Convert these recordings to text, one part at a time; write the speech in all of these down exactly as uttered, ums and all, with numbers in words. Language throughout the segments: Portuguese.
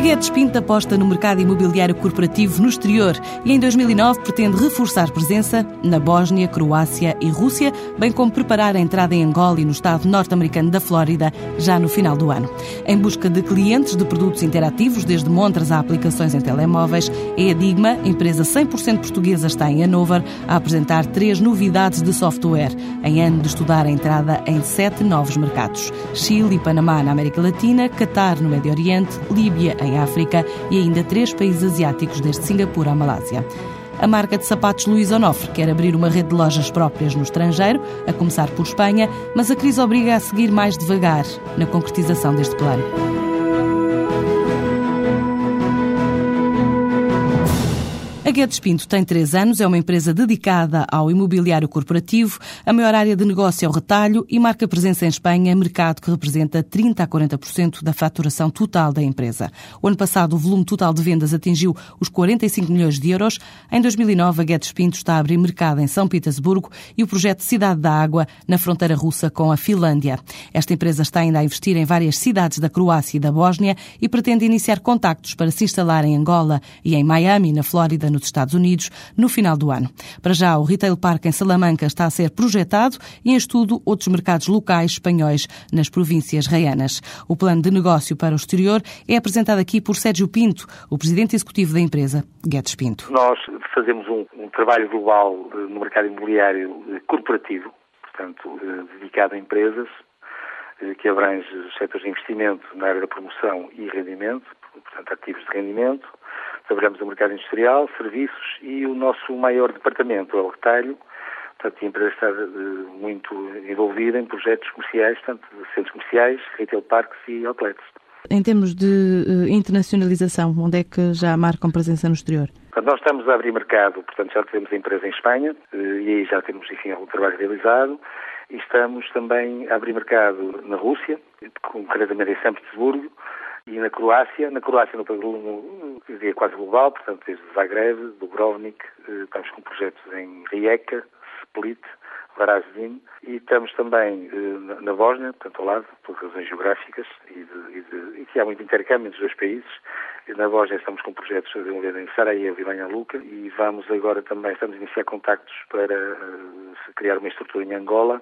Guedes Pinto aposta no mercado imobiliário corporativo no exterior e em dois mil e nove pretende reforçar presença na Bósnia, Croácia e Rússia, bem como preparar a entrada em Angola e no estado norte-americano da Flórida já no final do ano. Em busca de clientes de produtos interativos, desde montras a aplicações em telemóveis, a Edigma, empresa cem por cento portuguesa, está em Hannover a apresentar três novidades de software, em ano de estudar a entrada em sete novos mercados: Chile e Panamá na América Latina, Catar no Médio Oriente, Líbia em África e ainda três países asiáticos, desde Singapura à Malásia. A marca de sapatos Luís Onofre quer abrir uma rede de lojas próprias no estrangeiro, a começar por Espanha, mas a crise obriga a seguir mais devagar na concretização deste plano. A Guedes Pinto tem três anos, é uma empresa dedicada ao imobiliário corporativo, a maior área de negócio é o retalho e marca presença em Espanha, mercado que representa trinta a quarenta por cento da faturação total da empresa. O ano passado o volume total de vendas atingiu os quarenta e cinco milhões de euros. Em dois mil e nove a Guedes Pinto está a abrir mercado em São Petersburgo e o projeto Cidade da Água na fronteira russa com a Finlândia. Esta empresa está ainda a investir em várias cidades da Croácia e da Bósnia e pretende iniciar contactos para se instalar em Angola e em Miami, na Flórida, nos Estados Unidos, no final do ano. Para já, o Retail Park em Salamanca está a ser projetado e em estudo outros mercados locais espanhóis nas províncias raianas. O plano de negócio para o exterior é apresentado aqui por Sérgio Pinto, o presidente executivo da empresa Guedes Pinto. Nós fazemos um, um trabalho global no mercado imobiliário corporativo, portanto, dedicado a empresas, que abrange os setores de investimento na área da promoção e rendimento, portanto, ativos de rendimento. Trabalhamos no mercado industrial, serviços e o nosso maior departamento é o retalho. Portanto, a empresa está muito envolvida em projetos comerciais, tanto de centros comerciais, retail parks e outlets. Em termos de uh, internacionalização, onde é que já marcam presença no exterior? Portanto, nós estamos a abrir mercado, portanto já temos a empresa em Espanha uh, e aí já temos, enfim, algum trabalho realizado. E estamos também a abrir mercado na Rússia, concretamente em São Petersburgo, e na Croácia, na Croácia no, no, no quase global, portanto desde Zagreb, Dubrovnik, estamos com projetos em Rijeka, Split, Varaždin, e estamos também na, na Bósnia, portanto ao lado, por razões geográficas, e, de, e, de, e que há muito intercâmbio entre os dois países. Na Bósnia estamos com projetos em Sarajevo e Banja Luka, e vamos agora também, estamos a iniciar contactos para uh, criar uma estrutura em Angola,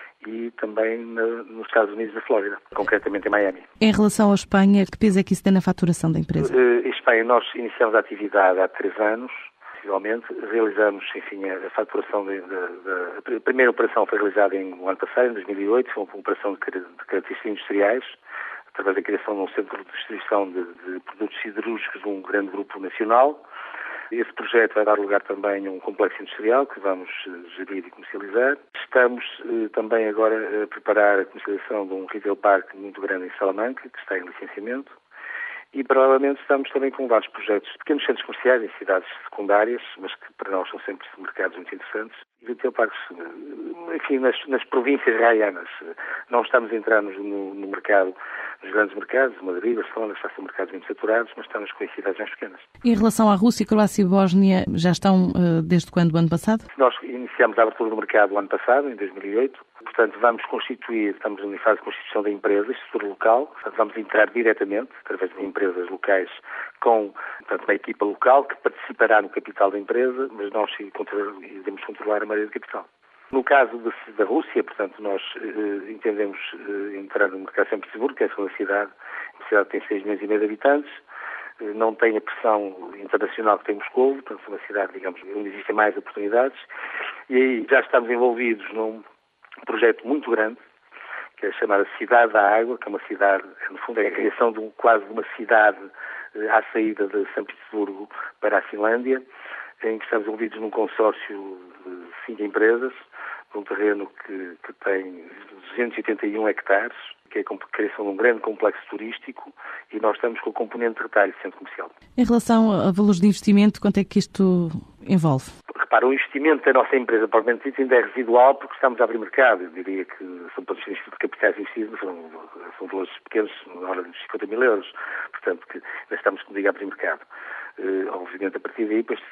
e também no, nos Estados Unidos da Flórida, concretamente em Miami. Em relação à Espanha, que peso é que isso tem na faturação da empresa? Uh, em Espanha, nós iniciamos a atividade há três anos, possivelmente. Realizamos, enfim, a faturação de, de, de, a primeira operação foi realizada em, no ano passado, em dois mil e oito, foi uma operação de, de características industriais, através da criação de um centro de distribuição de, de produtos siderúrgicos de um grande grupo nacional. Esse projeto vai dar lugar também a um complexo industrial que vamos gerir e comercializar. Estamos eh, também agora a preparar a comercialização de um retail park muito grande em Salamanca, que está em licenciamento. E, paralelamente, estamos também com vários projetos de pequenos centros comerciais em cidades secundárias, mas que para nós são sempre mercados muito interessantes. E retail parques, enfim, nas, nas províncias raianas. Não estamos a entrar no, no mercado, nos grandes mercados, Madrid, Barcelona, já são mercados muito saturados, mas estamos com cidades mais pequenas. Em relação à Rússia, Croácia e Bósnia, já estão uh, desde quando, o ano passado? Nós iniciamos a abertura do mercado o ano passado, em dois mil e oito. Portanto, vamos constituir, estamos em fase de constituição da empresa, estrutura local. Portanto, vamos entrar diretamente, através de empresas locais, com portanto, uma equipa local que participará no capital da empresa, mas nós iremos controlar a maioria do capital. No caso de, da Rússia, portanto, nós eh, entendemos eh, entrar no mercado de São Petersburgo, que é a segunda cidade, uma cidade que tem seis milhões e meio de habitantes, eh, não tem a pressão internacional que tem Moscou, portanto, é uma cidade, digamos, onde existem mais oportunidades, e aí já estamos envolvidos num projeto muito grande, que é chamada Cidade da Água, que é uma cidade, no fundo é a criação de um, quase de uma cidade eh, à saída de São Petersburgo para a Finlândia, em que estamos envolvidos num consórcio de cinco empresas, num terreno que, que tem duzentos e oitenta e um hectares, que é a criação de um grande complexo turístico, e nós estamos com o componente de retalho de centro comercial. Em relação a valores de investimento, quanto é que isto envolve? Repara, o investimento da nossa empresa, propriamente dito, ainda é residual porque estamos a abrir mercado. Eu diria que são para os institutos de capitais investidos, são, são valores pequenos, na hora de cinquenta mil euros. Portanto, que ainda estamos, como digo, a abrir mercado. Uh, obviamente, a partir daí, depois,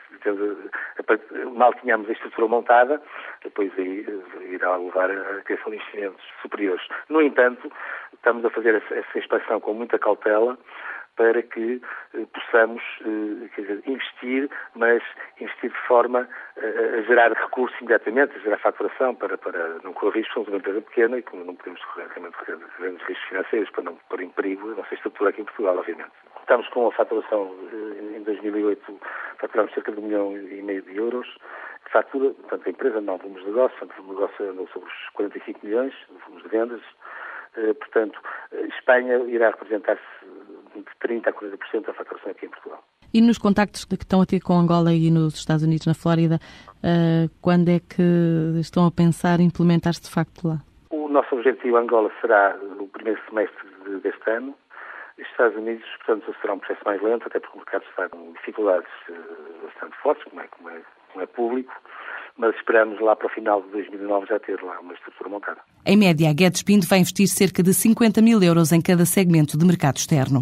mal tínhamos a estrutura montada, depois aí uh, irá levar a criação de investimentos superiores. No entanto, estamos a fazer essa, essa expansão com muita cautela, para que eh, possamos eh, quer dizer, investir, mas investir de forma eh, a gerar recursos imediatamente, a gerar faturação para, para não correr riscos. Somos uma empresa pequena e como não podemos correr realmente grandes riscos financeiros para não pôr em perigo a nossa estrutura aqui em Portugal, obviamente. Estamos com a faturação, eh, em dois mil e oito, faturamos cerca de um milhão e meio de euros. Fatura, portanto, a empresa não, volumes de negócio, portanto, o negócio andou sobre os quarenta e cinco milhões de volumes de vendas. Eh, portanto, a Espanha irá representar-se de trinta a quarenta por cento da faturação aqui em Portugal. E nos contactos que estão a ter com Angola e nos Estados Unidos, na Flórida, uh, quando é que estão a pensar em implementar-se de facto lá? O nosso objetivo em Angola será no primeiro semestre de, deste ano. Os Estados Unidos, portanto, será um processo mais lento, até porque o mercado está com dificuldades uh, bastante fortes, como é, como, é, como é público, mas esperamos lá para o final de dois mil e nove já ter lá uma estrutura montada. Em média, a Guedes Pinto vai investir cerca de cinquenta mil euros em cada segmento de mercado externo.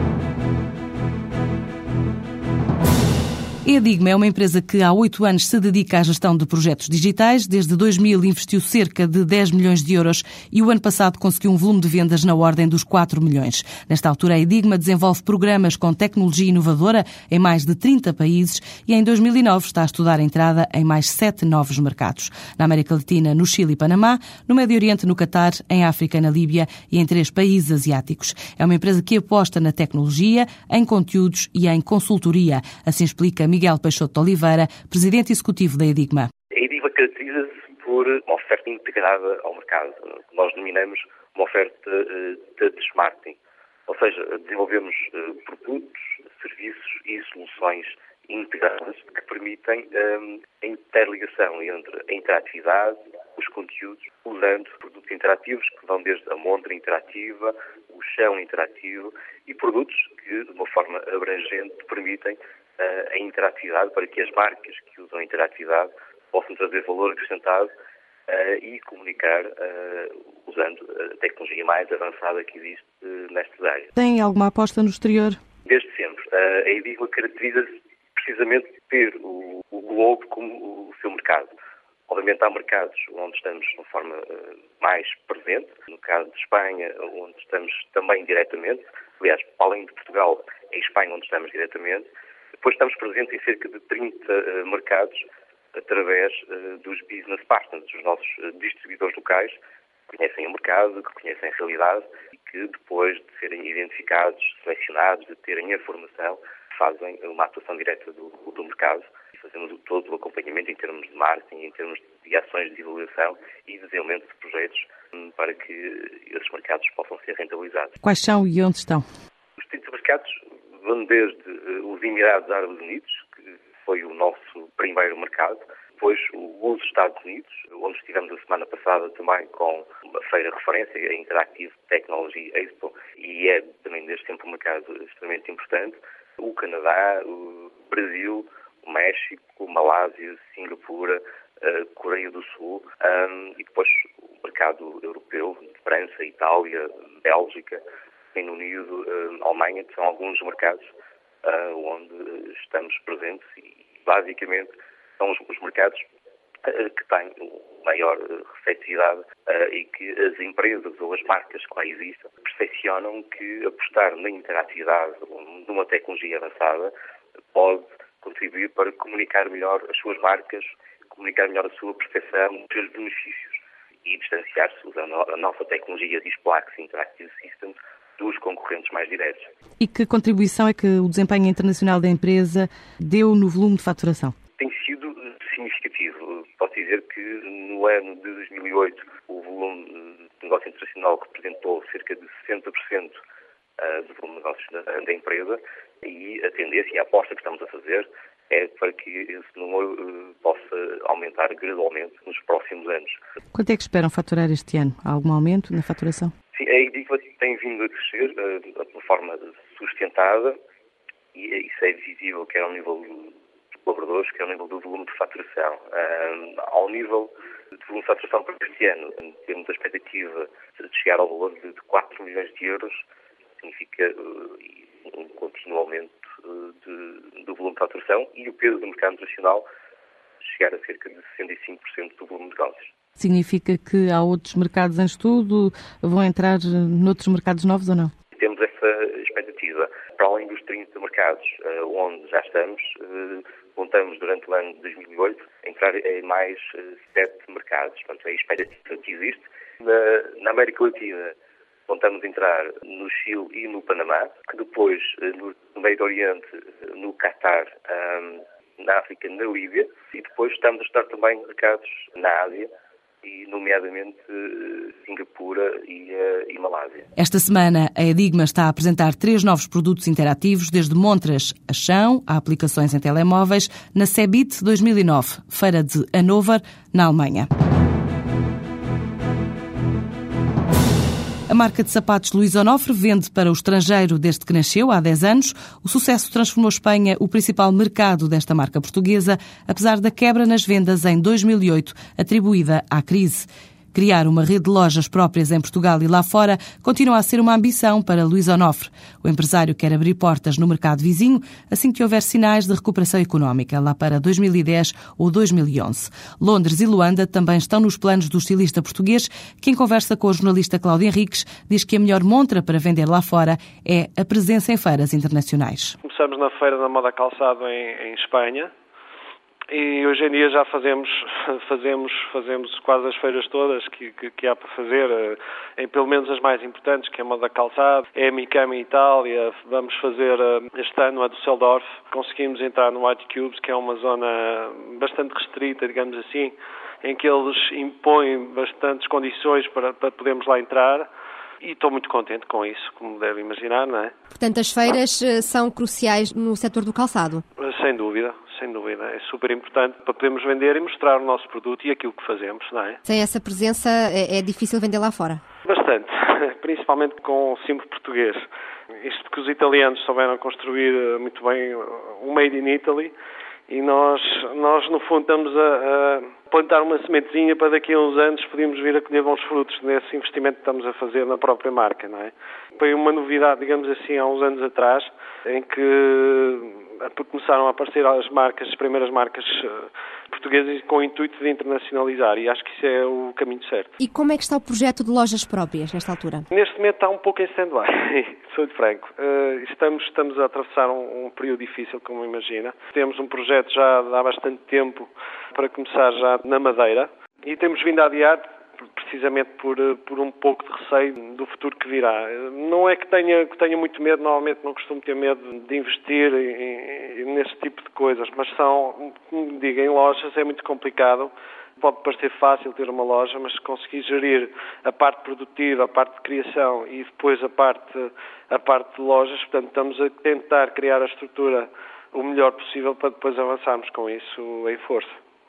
A Edigma é uma empresa que há oito anos se dedica à gestão de projetos digitais. Desde dois mil investiu cerca de dez milhões de euros e o ano passado conseguiu um volume de vendas na ordem dos quatro milhões. Nesta altura, a Edigma desenvolve programas com tecnologia inovadora em mais de trinta países e em dois mil e nove está a estudar a entrada em mais sete novos mercados. Na América Latina, no Chile e Panamá, no Médio Oriente, no Catar, em África, na Líbia e em três países asiáticos. É uma empresa que aposta na tecnologia, em conteúdos e em consultoria. Assim explica Miguel Peixoto de Oliveira, presidente executivo da Edigma. A Edigma caracteriza-se por uma oferta integrada ao mercado. Nós denominamos uma oferta de touch marketing, ou seja, desenvolvemos produtos, serviços e soluções integradas que permitem a interligação entre a interatividade, os conteúdos, usando produtos interativos que vão desde a montra interativa, o chão interativo e produtos que, de uma forma abrangente, permitem a interatividade para que as marcas que usam a interatividade possam trazer valor acrescentado uh, e comunicar uh, usando a tecnologia mais avançada que existe uh, nestas áreas. Tem alguma aposta no exterior? Desde sempre. Uh, a Edigma caracteriza-se precisamente por ter o, o globo como o seu mercado. Obviamente há mercados onde estamos de uma forma uh, mais presente, no caso de Espanha, onde estamos também diretamente, aliás, além de Portugal, é Espanha onde estamos diretamente. Depois estamos presentes em cerca de trinta uh, mercados através uh, dos business partners, dos nossos uh, distribuidores locais, que conhecem o mercado, que conhecem a realidade e que depois de serem identificados, selecionados, de terem a formação, fazem uma atuação direta do, do mercado e fazemos todo o acompanhamento em termos de marketing, em termos de ações de divulgação e de desenvolvimento de projetos um, para que esses mercados possam ser rentabilizados. Quais são e onde estão? Os trinta mercados vão desde uh, os Emirados Árabes Unidos, que foi o nosso primeiro mercado, depois os Estados Unidos, onde estivemos a semana passada também com uma feira de referência, a Interactive Technology Expo, e é também desde sempre um mercado extremamente importante, o Canadá, o Brasil, o México, Malásia, Singapura, a Coreia do Sul, um, e depois o mercado europeu, França, Itália, Bélgica, Reino Unido, uh, Alemanha, que são alguns mercados uh, onde estamos presentes e, basicamente, são os, os mercados uh, que têm maior uh, receptividade uh, e que as empresas ou as marcas que lá existem percepcionam que apostar na interatividade, numa tecnologia avançada, pode contribuir para comunicar melhor as suas marcas, comunicar melhor a sua percepção, os seus benefícios e distanciar-se usando a nossa tecnologia Displax Interactive Systems dos concorrentes mais diretos. E que contribuição é que o desempenho internacional da empresa deu no volume de faturação? Tem sido significativo. Posso dizer que no ano de dois mil e oito o volume de negócio internacional representou cerca de sessenta por cento do volume de negócios da, da empresa e a tendência e a aposta que estamos a fazer é para que esse número uh, possa aumentar gradualmente nos próximos anos. Quanto é que esperam faturar este ano? Há algum aumento na faturação? Sim, a Edigma tem vindo a crescer uh, de uma forma sustentada e isso é visível quer ao nível de colaboradores, quer ao nível do volume de faturação. Uh, ao nível de volume de faturação para este ano, temos a expectativa de chegar ao valor de quatro milhões de euros, significa uh, um continuo aumento uh, de, do volume de faturação e o peso do mercado internacional chegar a cerca de sessenta e cinco por cento do volume de negócios. Significa que há outros mercados em estudo, vão entrar noutros mercados novos ou não? Temos essa expectativa. Para além dos trinta mercados onde já estamos, contamos durante o ano de dois mil e oito entrar em mais sete mercados. Portanto, é a expectativa que existe. Na, na América Latina, contamos entrar no Chile e no Panamá, que depois no, no Médio Oriente, no Catar, um, na África, na Líbia, e depois estamos a estar também mercados na Ásia, e nomeadamente Singapura e, uh, e Malásia. Esta semana a Edigma está a apresentar três novos produtos interativos, desde montras a chão a aplicações em telemóveis, na Cebit dois mil e nove, feira de Hannover, na Alemanha. A marca de sapatos Luís Onofre vende para o estrangeiro desde que nasceu, há dez anos. O sucesso transformou Espanha o principal mercado desta marca portuguesa, apesar da quebra nas vendas em dois mil e oito, atribuída à crise. Criar uma rede de lojas próprias em Portugal e lá fora continua a ser uma ambição para Luís Onofre. O empresário quer abrir portas no mercado vizinho assim que houver sinais de recuperação económica, lá para dois mil e dez ou dois mil e onze. Londres e Luanda também estão nos planos do estilista português, que em conversa com o jornalista Cláudio Henriques diz que a melhor montra para vender lá fora é a presença em feiras internacionais. Começamos na Feira da Moda Calçado em, em Espanha. E hoje em dia já fazemos, fazemos, fazemos quase as feiras todas que, que, que há para fazer, em pelo menos as mais importantes, que é a Moda Calçado, é a Micama em Itália, vamos fazer este ano a Düsseldorf, conseguimos entrar no White Cubes, que é uma zona bastante restrita, digamos assim, em que eles impõem bastantes condições para, para podermos lá entrar. E estou muito contente com isso, como deve imaginar, não é? Portanto, as feiras são cruciais no setor do calçado? Sem dúvida, sem dúvida. É super importante para podermos vender e mostrar o nosso produto e aquilo que fazemos, não é? Sem essa presença é, é difícil vender lá fora? Bastante, principalmente com o símbolo português. Isto porque os italianos souberam construir muito bem o Made in Italy e nós, nós no fundo, estamos a, a plantar uma sementezinha para daqui a uns anos podermos vir a colher bons frutos nesse investimento que estamos a fazer na própria marca, não é? Foi uma novidade, digamos assim, há uns anos atrás, em que começaram a aparecer as marcas, as primeiras marcas portuguesas com o intuito de internacionalizar, e acho que isso é o caminho certo. E como é que está o projeto de lojas próprias nesta altura? Neste momento está um pouco em stand-by, sou-lhe franco. Estamos, estamos a atravessar um, um período difícil, como imagina. Temos um projeto já há bastante tempo para começar já na Madeira e temos vindo a adiar precisamente por, por um pouco de receio do futuro que virá. Não é que tenha, que tenha muito medo, normalmente não costumo ter medo de investir em, em, nesse tipo de coisas, mas são, como digo, em lojas é muito complicado. Pode parecer fácil ter uma loja, mas conseguir gerir a parte produtiva, a parte de criação e depois a parte, a parte de lojas, portanto estamos a tentar criar a estrutura o melhor possível para depois avançarmos com isso em força.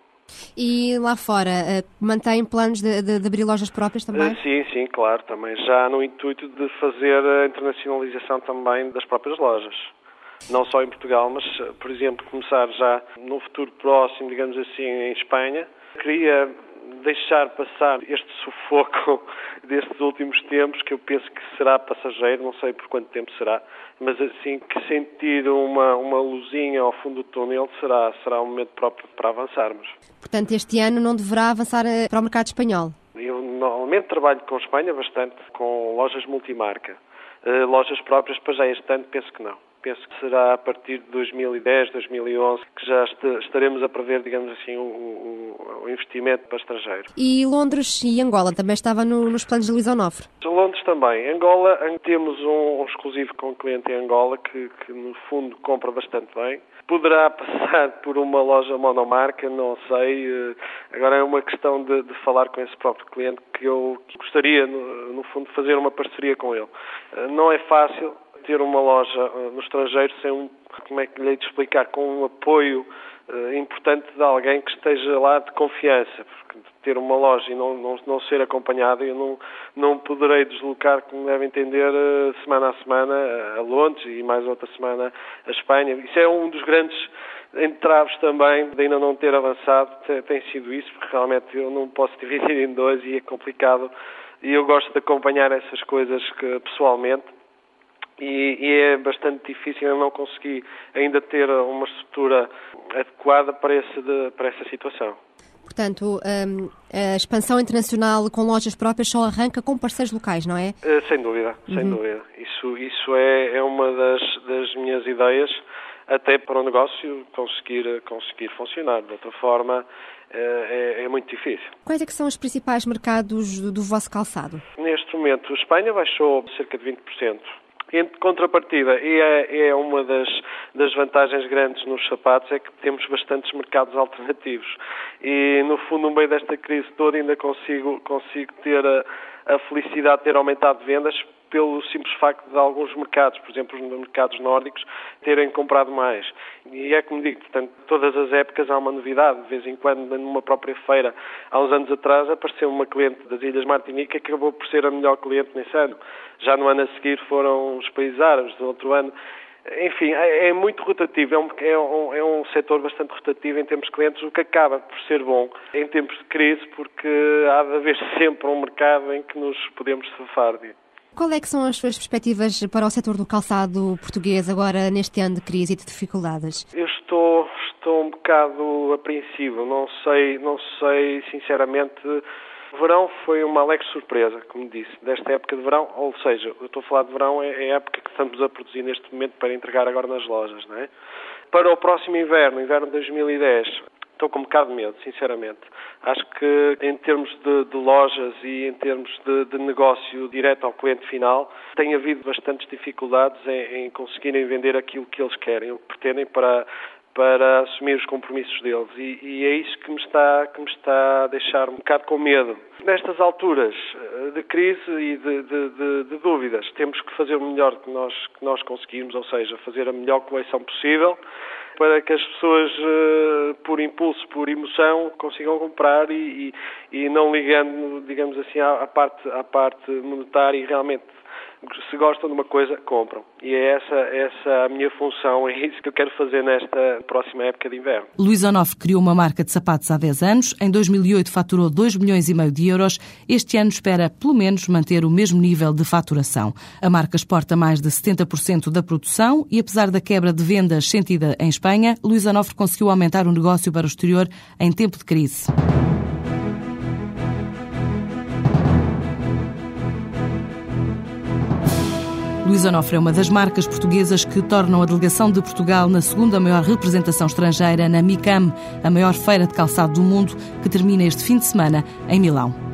E lá fora, mantém planos de, de, de abrir lojas próprias também? Sim, sim, claro, também já no intuito de fazer a internacionalização também das próprias lojas. Não só em Portugal, mas, por exemplo, começar já no futuro próximo, digamos assim, em Espanha. Queria deixar passar este sufoco destes últimos tempos, que eu penso que será passageiro, não sei por quanto tempo será, mas assim que sentir uma, uma luzinha ao fundo do túnel será, será um momento próprio para avançarmos. Portanto, este ano não deverá avançar para o mercado espanhol? Eu normalmente trabalho com Espanha bastante, com lojas multimarca. Uh, lojas próprias, para já este ano, penso que não. Penso que será a partir de dois mil e dez, dois mil e onze, que já estaremos a prever, digamos assim, o, o, o investimento para estrangeiro. E Londres e Angola também estava no, nos planos de Luís Onofre? Londres também. Angola, temos um, um exclusivo com um cliente em Angola que, que, no fundo, compra bastante bem. Poderá passar por uma loja monomarca, não sei. Agora é uma questão de, de falar com esse próprio cliente que eu gostaria, no, no fundo, de fazer uma parceria com ele. Não é fácil ter uma loja no estrangeiro sem um, como é que lhe hei de explicar, com um apoio uh, importante de alguém que esteja lá de confiança, porque ter uma loja e não, não, não ser acompanhado, eu não, não poderei deslocar, como devem entender, uh, semana a semana a Londres e mais outra semana a Espanha. Isso é um dos grandes entraves também de ainda não ter avançado, tem, tem sido isso, porque realmente eu não posso dividir em dois e é complicado, e eu gosto de acompanhar essas coisas que, pessoalmente. E, e é bastante difícil, eu não consegui ainda ter uma estrutura adequada para, esse, de, para essa situação. Portanto, um, a expansão internacional com lojas próprias só arranca com parceiros locais, não é? Uh, sem dúvida, uhum. sem dúvida. Isso, isso é, é uma das, das minhas ideias, até para o negócio conseguir, conseguir funcionar. De outra forma, é, é muito difícil. Quais é que são os principais mercados do, do vosso calçado? Neste momento, a Espanha baixou cerca de vinte por cento. Em contrapartida, e é, é uma das, das vantagens grandes nos sapatos, é que temos bastantes mercados alternativos. E, no fundo, no meio desta crise toda, ainda consigo, consigo ter a, a felicidade de ter aumentado vendas pelo simples facto de alguns mercados, por exemplo, os mercados nórdicos, terem comprado mais. E é como digo, portanto, todas as épocas há uma novidade. De vez em quando, numa própria feira, há uns anos atrás, apareceu uma cliente das Ilhas Martinica que acabou por ser a melhor cliente nesse ano. Já no ano a seguir foram os países árabes, do outro ano. Enfim, é, é muito rotativo, é um, é, um, é um setor bastante rotativo em termos de clientes, o que acaba por ser bom em tempos de crise, porque há de haver sempre um mercado em que nos podemos safar. Qual é que são as suas perspectivas para o setor do calçado português agora neste ano de crise e de dificuldades? Eu estou, estou um bocado apreensivo, não sei, não sei sinceramente. O verão foi uma alegre surpresa, como disse, desta época de verão, ou seja, eu estou a falar de verão, é a época que estamos a produzir neste momento para entregar agora nas lojas, não é? Para o próximo inverno, inverno de dois mil e dez, estou com um bocado de medo, sinceramente. Acho que em termos de, de lojas e em termos de, de negócio direto ao cliente final, tem havido bastantes dificuldades em, em conseguirem vender aquilo que eles querem, o que pretendem para, para assumir os compromissos deles. E, e é isso que me, está, que me está a deixar um bocado com medo. Nestas alturas de crise e de, de, de, de dúvidas, temos que fazer o melhor que nós, que nós conseguirmos, ou seja, fazer a melhor coleção possível, para que as pessoas, por impulso, por emoção, consigam comprar e, e, e não ligando, digamos assim, à, à, parte, à parte monetária e realmente, se gostam de uma coisa, compram. E é essa, essa a minha função, é isso que eu quero fazer nesta próxima época de inverno. Luís Onofre criou uma marca de sapatos há dez anos. Em dois mil e oito faturou dois milhões e meio de euros. Este ano espera, pelo menos, manter o mesmo nível de faturação. A marca exporta mais de setenta por cento da produção e, apesar da quebra de vendas sentida em Espanha, Luís Onofre conseguiu aumentar o negócio para o exterior em tempo de crise. Luís Onofre é uma das marcas portuguesas que tornam a delegação de Portugal na segunda maior representação estrangeira na MICAM, a maior feira de calçado do mundo, que termina este fim de semana em Milão.